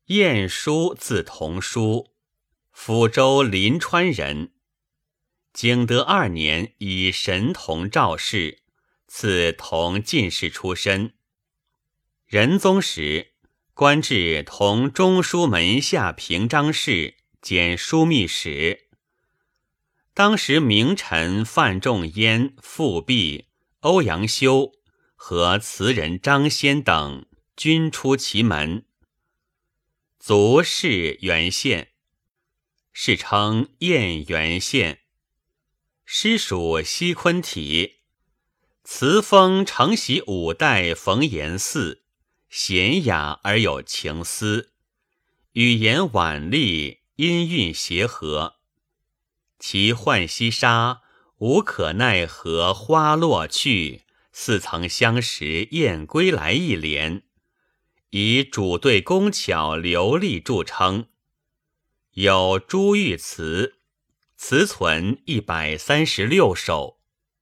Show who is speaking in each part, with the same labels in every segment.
Speaker 1: 晏殊字同书，抚州临川人。景德2年以神童召仕，赐同进士出身。仁宗时，官至同中书门下平章事兼枢密使。当时名臣范仲淹、富弼、欧阳修和词人张先等均出其门。族是原县，世称燕原县。师属西昆体，词风承袭5代冯延巳，娴雅而有情思，语言婉丽，音韵协和。其浣溪沙，无可奈何花落去，似曾相识燕归来一联，以主对工巧流利著称。有珠玉词，词存136首。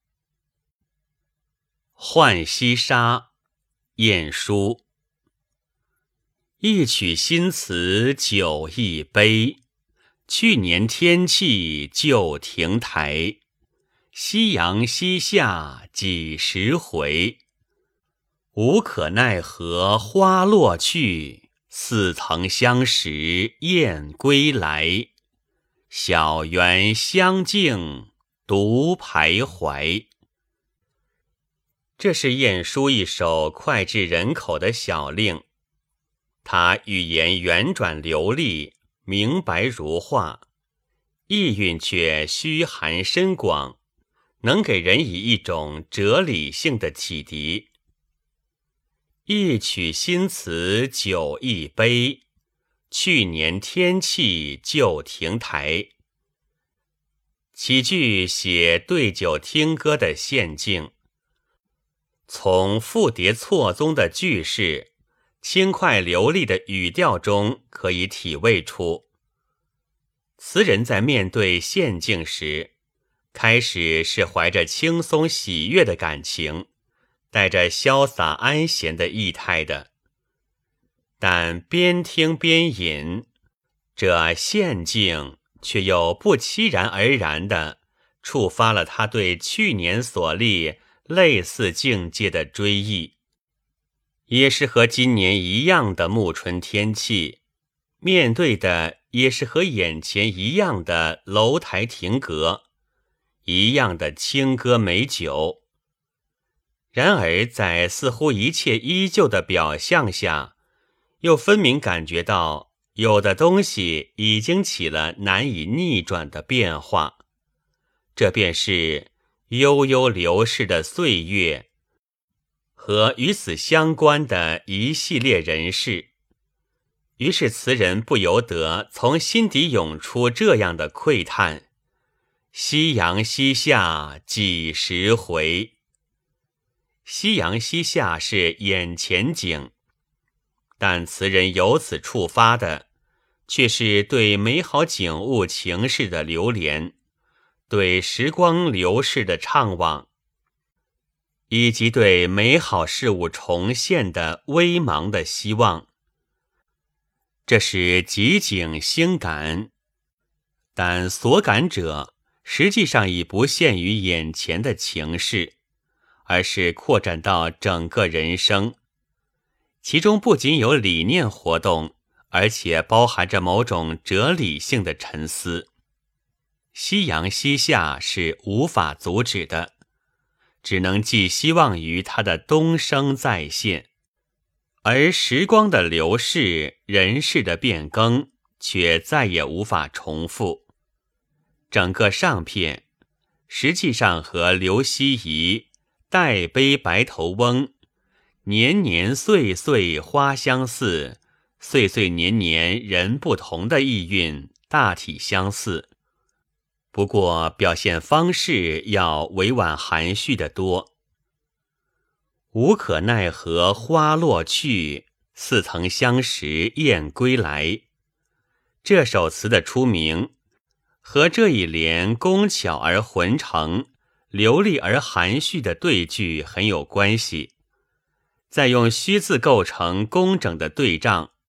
Speaker 1: 浣溪沙，晏殊。一曲新词酒一杯，去年天气旧亭台。夕阳西下几时回？无可奈何花落去，似曾相识燕归来。小园香径独徘徊。这是晏殊一首脍炙人口的小令，他语言圆转流利，明白如画，意蕴却虚含深广，能给人以一种哲理性的启迪。一曲新词酒一杯，去年天气旧亭台。起句写对酒听歌的陷境，从复叠错综的句式、轻快流利的语调中可以体味出，词人在面对陷境时，开始是怀着轻松喜悦的感情，带着潇洒安闲的意态的，但边听边饮，这陷境却又不期然而然地触发了他对去年所历类似境界的追忆。也是和今年一样的暮春天气，面对的也是和眼前一样的楼台亭阁，一样的清歌美酒。然而在似乎一切依旧的表象下，又分明感觉到有的东西已经起了难以逆转的变化，这便是悠悠流逝的岁月和与此相关的一系列人事。于是词人不由得从心底涌出这样的喟叹：夕阳西下几时回？夕阳西下是眼前景，但词人由此触发的却是对美好景物情事的流连，对时光流逝的怅惘，以及对美好事物重现的微茫的希望。这是即景兴感，但所感者实际上已不限于眼前的情事，而是扩展到整个人生，其中不仅有理念活动，而且包含着某种哲理性的沉思。夕阳西下是无法阻止的，只能寄希望于它的东升再现，而时光的流逝，人事的变更，却再也无法重复。整个上片实际上和刘希夷代悲白头翁、年年岁岁花相似，岁岁年年人不同的意蕴大体相似，不过表现方式要委婉含蓄得多。无可奈何花落去，似曾相识燕归来。这首词的出名和这一联工巧而浑成、流利而含蓄的对句很有关系。再用虚字构成工整的对仗，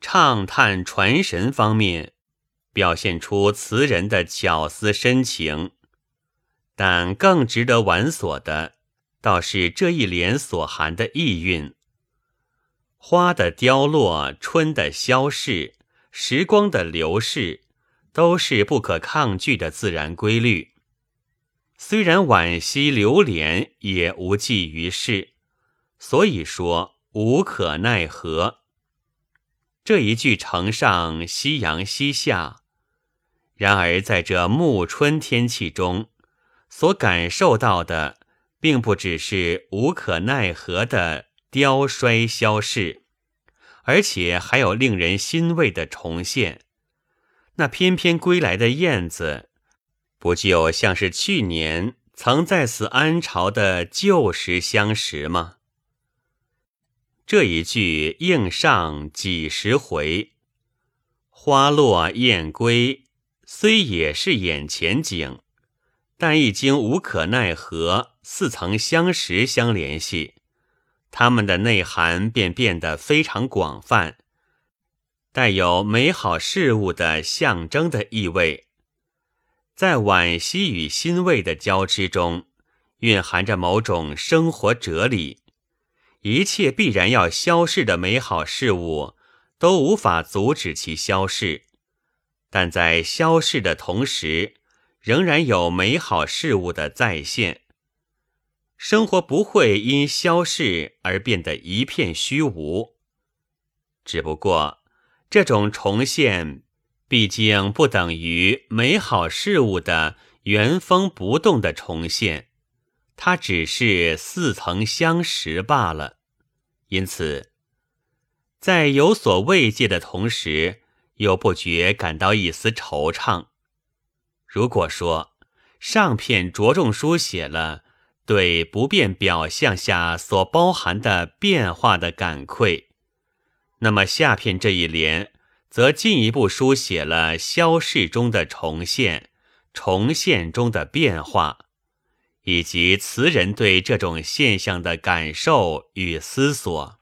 Speaker 1: 畅叹传神方面，表现出词人的巧思深情，但更值得玩索的，倒是这一联所含的意蕴。花的凋落，春的消逝，时光的流逝，都是不可抗拒的自然规律。虽然惋惜流连，也无济于事，所以说无可奈何。这一句承上夕阳西下，然而在这暮春天气中，所感受到的并不只是无可奈何的凋衰消逝，而且还有令人欣慰的重现。那翩翩归来的燕子，不就像是去年曾在此安巢的旧时相识吗？这一句应上几十回，花落燕归，虽也是眼前景，但一经无可奈何，似曾相识相联系，它们的内涵便变得非常广泛，带有美好事物的象征的意味。在惋惜与欣慰的交织中，蕴含着某种生活哲理。一切必然要消逝的美好事物，都无法阻止其消逝，但在消逝的同时，仍然有美好事物的再现。生活不会因消逝而变得一片虚无，只不过这种重现毕竟不等于美好事物的原封不动的重现，它只是似曾相识罢了。因此，在有所慰藉的同时，又不觉感到一丝惆怅。如果说上片着重书写了对不变表象下所包含的变化的感愧，那么下片这一联则进一步书写了消逝中的重现，重现中的变化，以及词人对这种现象的感受与思索。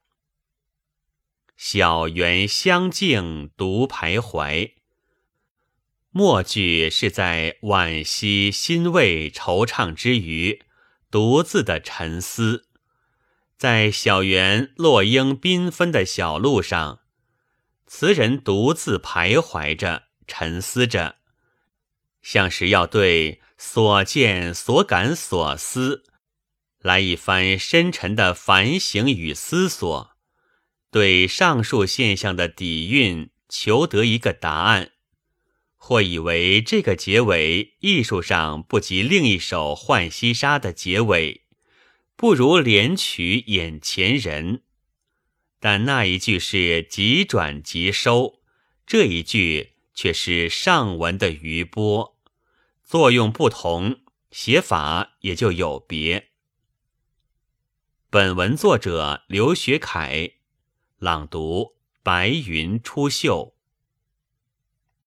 Speaker 1: 小园香径独徘徊，末句是在惋惜欣慰惆怅之余独自的沉思。在小园落英缤纷的小路上，词人独自徘徊着，沉思着，像是要对所见所感所思来一番深沉的反省与思索，对上述现象的底蕴求得一个答案。或以为这个结尾艺术上不及另一首《浣溪沙》的结尾，不如连取眼前人，但那一句是急转急收，这一句却是上文的余波，作用不同，写法也就有别。本文作者刘学凯，朗读白云出岫。